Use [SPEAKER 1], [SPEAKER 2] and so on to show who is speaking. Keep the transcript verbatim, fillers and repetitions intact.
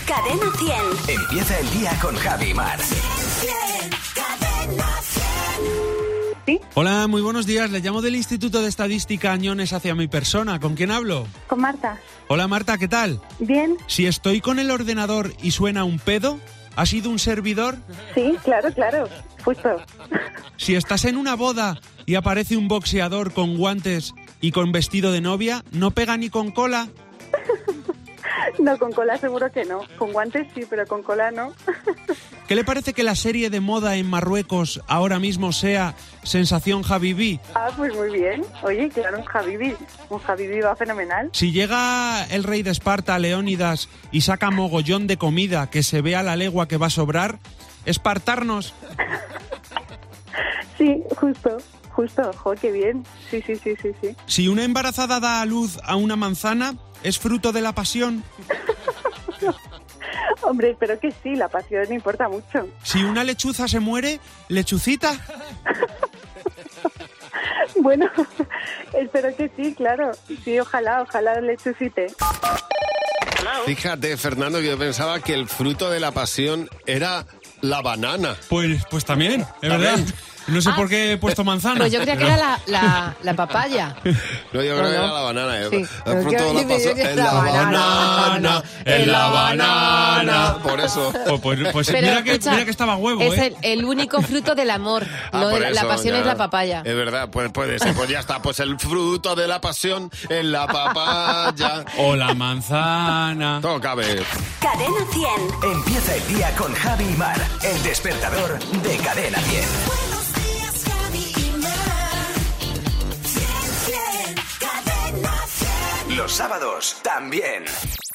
[SPEAKER 1] Cadena cien.
[SPEAKER 2] Empieza el día con Javi Mar.
[SPEAKER 3] Cadena cien.
[SPEAKER 4] ¿Sí?
[SPEAKER 5] Hola, muy buenos días. Le llamo del Instituto de Estadística Añones hacia mi persona. ¿Con quién hablo?
[SPEAKER 4] Con Marta.
[SPEAKER 5] Hola, Marta, ¿qué tal?
[SPEAKER 4] Bien.
[SPEAKER 5] Si estoy con el ordenador y suena un pedo, ¿ha sido un servidor?
[SPEAKER 4] Sí, claro, claro. Justo.
[SPEAKER 5] Si estás en una boda y aparece un boxeador con guantes y con vestido de novia, ¿no pega ni con cola?
[SPEAKER 4] No, con cola seguro que no. Con guantes sí, pero con cola no.
[SPEAKER 5] ¿Qué le parece que la serie de moda en Marruecos ahora mismo sea Sensación Habibi?
[SPEAKER 4] Ah, pues muy bien. Oye, claro, un Habibi. Un Habibi va fenomenal.
[SPEAKER 5] Si llega el rey de Esparta, Leónidas, y saca mogollón de comida que se ve a la legua que va a sobrar, ¿espartarnos?
[SPEAKER 4] Sí, justo. Justo. Jo, qué bien. Sí, sí, sí, sí, sí.
[SPEAKER 5] Si una embarazada da a luz a una manzana, ¿es fruto de la pasión?
[SPEAKER 4] Hombre, espero que sí, la pasión importa mucho.
[SPEAKER 5] Si una lechuza se muere, ¿lechucita?
[SPEAKER 4] Bueno, espero que sí, claro. Sí, ojalá, ojalá le suscite.
[SPEAKER 6] Fíjate, Fernando, que yo pensaba que el fruto de la pasión era la banana.
[SPEAKER 5] Pues, pues también, es
[SPEAKER 6] ¿También?
[SPEAKER 5] verdad. No sé
[SPEAKER 7] Ah,
[SPEAKER 5] por qué he puesto manzana.
[SPEAKER 7] Pues yo creía que era la, la, la papaya.
[SPEAKER 6] No, yo creo
[SPEAKER 7] No,
[SPEAKER 6] que
[SPEAKER 7] no.
[SPEAKER 6] era la banana. eh.
[SPEAKER 7] Sí.
[SPEAKER 6] El
[SPEAKER 7] Pero
[SPEAKER 6] fruto de
[SPEAKER 7] yo-
[SPEAKER 6] la
[SPEAKER 7] yo-
[SPEAKER 6] pasión
[SPEAKER 7] yo-
[SPEAKER 6] es
[SPEAKER 7] la
[SPEAKER 6] la
[SPEAKER 7] banana.
[SPEAKER 6] banana. Es la banana. Por eso.
[SPEAKER 5] Pues, pues, pues
[SPEAKER 7] Pero
[SPEAKER 5] mira, que,
[SPEAKER 7] escucha,
[SPEAKER 5] mira que estaba huevo,
[SPEAKER 7] es
[SPEAKER 5] ¿eh?
[SPEAKER 7] el, el único fruto del amor.
[SPEAKER 6] Ah,
[SPEAKER 7] no
[SPEAKER 6] por
[SPEAKER 7] de- la
[SPEAKER 6] eso,
[SPEAKER 7] pasión
[SPEAKER 6] ya.
[SPEAKER 7] es la papaya.
[SPEAKER 6] Es verdad, pues puede ser. Pues ya está. Pues el fruto de la pasión es la papaya.
[SPEAKER 5] O la manzana.
[SPEAKER 6] Todo cabe.
[SPEAKER 1] Cadena cien.
[SPEAKER 2] Empieza el día con Javi y Mar. El despertador de Cadena cien.
[SPEAKER 3] Buenos días, Javi y Mar. cien, cien. Cadena cien.
[SPEAKER 2] Los sábados también.